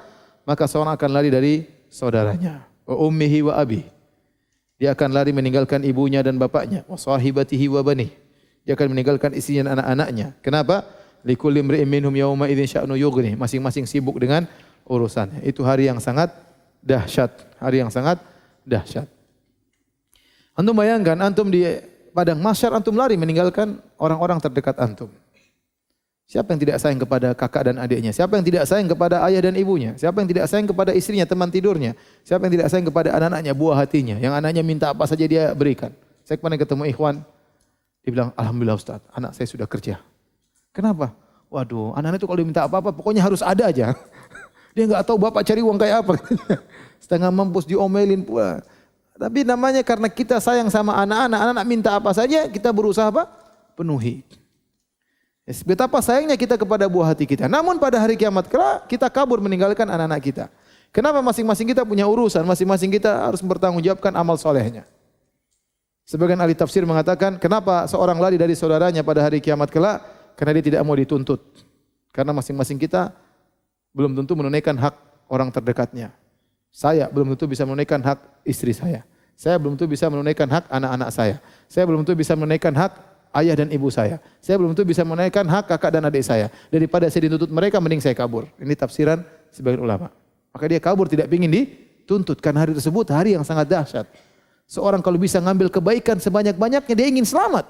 maka seorang akan lari dari saudaranya. Wa ummihi wa abi. Dia akan lari meninggalkan ibunya dan bapaknya. Wa sahibatihi wa bani. Dia akan meninggalkan istrinya dan anak-anaknya. Kenapa? Likulli imri'in minhum yawma idzin sya'nu yughni. Masing-masing sibuk dengan urusannya. Itu hari yang sangat dahsyat, hari yang sangat dahsyat. Antum bayangkan, antum di padang mahsyar, antum lari meninggalkan orang-orang terdekat antum. Siapa yang tidak sayang kepada kakak dan adiknya? Siapa yang tidak sayang kepada ayah dan ibunya? Siapa yang tidak sayang kepada istrinya, teman tidurnya? Siapa yang tidak sayang kepada anak-anaknya, buah hatinya? Yang anaknya minta apa saja dia berikan. Saya kemarin ketemu ikhwan, dia bilang, alhamdulillah Ustaz, anak saya sudah kerja. Kenapa? Waduh, anak-anak itu kalau diminta apa-apa, pokoknya harus ada aja. Dia enggak tahu bapak cari uang kayak apa. Setengah mampus diomelin pula. Tapi namanya karena kita sayang sama anak-anak, anak-anak minta apa saja, kita berusaha apa? Penuhi. Betapa sayangnya kita kepada buah hati kita. Namun pada hari kiamat kelak, kita kabur meninggalkan anak-anak kita. Kenapa? Masing-masing kita punya urusan, masing-masing kita harus bertanggungjawabkan amal solehnya. Sebagian ahli tafsir mengatakan, kenapa seorang lari dari saudaranya pada hari kiamat kelak? Karena dia tidak mau dituntut. Karena masing-masing kita belum tentu menunaikan hak orang terdekatnya. Saya belum tentu bisa menunaikan hak istri saya. Saya belum tentu bisa menunaikan hak anak-anak saya. Saya belum tentu bisa menunaikan hak ayah dan ibu saya. Saya belum tentu bisa menunaikan hak kakak dan adik saya. Daripada saya dituntut mereka, mending saya kabur. Ini tafsiran sebagian ulama. Maka dia kabur tidak ingin dituntut. Karena hari tersebut hari yang sangat dahsyat. Seorang kalau bisa ngambil kebaikan sebanyak-banyaknya, dia ingin selamat.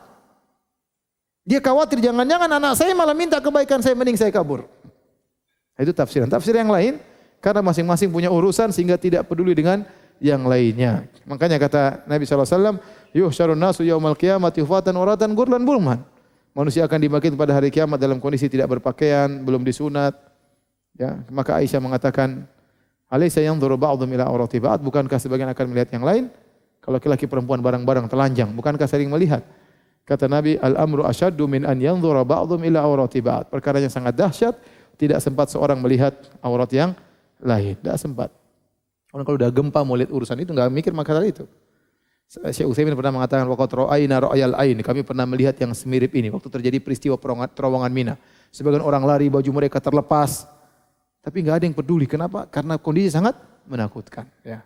Dia khawatir jangan-jangan anak saya malah minta kebaikan saya, mending saya kabur. Itu tafsiran. Tafsir yang lain, karena masing-masing punya urusan sehingga tidak peduli dengan yang lainnya. Makanya kata Nabi shallallahu alaihi wasallam, yuhsyarun nasu yaumal qiyamati hufatan uratan gurlan bulman. Manusia akan dibangkitkan pada hari kiamat dalam kondisi tidak berpakaian, belum disunat. Ya, maka Aisyah mengatakan, alaysa yanzuru ba'dhum ila awrati ba'd, bukankah sebagian akan melihat yang lain? Kalau laki-laki perempuan barang-barang telanjang, bukankah sering melihat? Kata Nabi, al-amru asyaddu min an yanzura ba'dhum ila awrati ba'd. Perkara yang sangat dahsyat, tidak sempat seorang melihat aurat yang lain. Tidak sempat. Orang kalau udah gempa mau lihat urusan itu, enggak mikir masalah itu. Syekh Utsaimin pernah mengatakan, waqad ra'ayna ra'yal ain. Kami pernah melihat yang semirip ini waktu terjadi peristiwa terowongan Mina. Sebagian orang lari, baju mereka terlepas, tapi enggak ada yang peduli. Kenapa? Karena kondisi sangat menakutkan. Ya.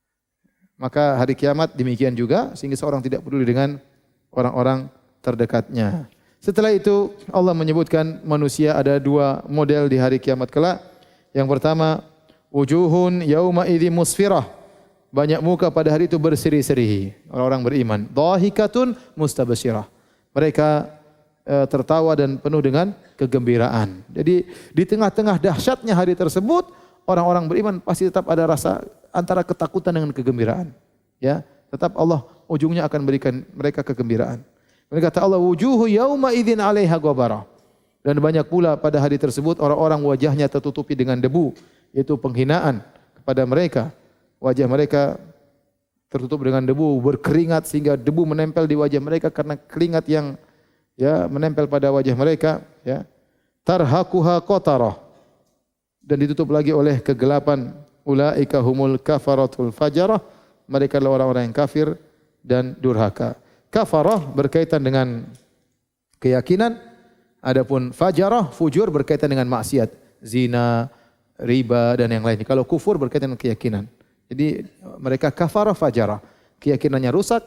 Maka hari kiamat demikian juga, sehingga seorang tidak peduli dengan orang-orang terdekatnya. Setelah itu Allah menyebutkan manusia ada dua model di hari kiamat kelak. Yang pertama, wujuhun yauma idzi musfirah. Banyak muka pada hari itu berseri-seri, orang-orang beriman. Dhahikatun mustabsyirah. Mereka e, tertawa dan penuh dengan kegembiraan. Jadi di tengah-tengah dahsyatnya hari tersebut, orang-orang beriman pasti tetap ada rasa antara ketakutan dengan kegembiraan. Ya, tetap Allah ujungnya akan berikan mereka kegembiraan. Mereka kata Allah, wujuhu yauma idzin 'alaiha ghabarah. Dan banyak pula pada hari tersebut orang-orang wajahnya tertutupi dengan debu, yaitu penghinaan kepada mereka. Wajah mereka tertutup dengan debu, berkeringat sehingga debu menempel di wajah mereka karena keringat yang ya menempel pada wajah mereka, ya. Tarhaquha qatarah. Dan ditutup lagi oleh kegelapan. Ulaika humul kafaratul fajarah. Mereka adalah orang-orang yang kafir dan durhaka. Kafarah berkaitan dengan keyakinan, adapun fajarah, fujur berkaitan dengan maksiat, zina, riba dan yang lainnya. Kalau kufur berkaitan dengan keyakinan. Jadi mereka kafarah fajarah, keyakinannya rusak,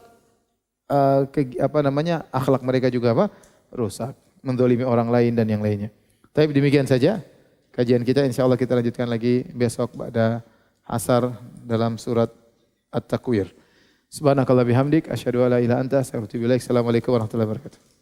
uh, ke, apa namanya? Akhlak mereka juga apa? Rusak, mendolimi orang lain dan yang lainnya. Tapi demikian saja kajian kita, insyaallah kita lanjutkan lagi besok pada asar dalam surat At-Takwir. Subhanakallah bihamdik, asyhadu an la ilaha illa anta, astaghfiruka wa atubu ilaik. Assalamualaikum warahmatullahi wabarakatuh.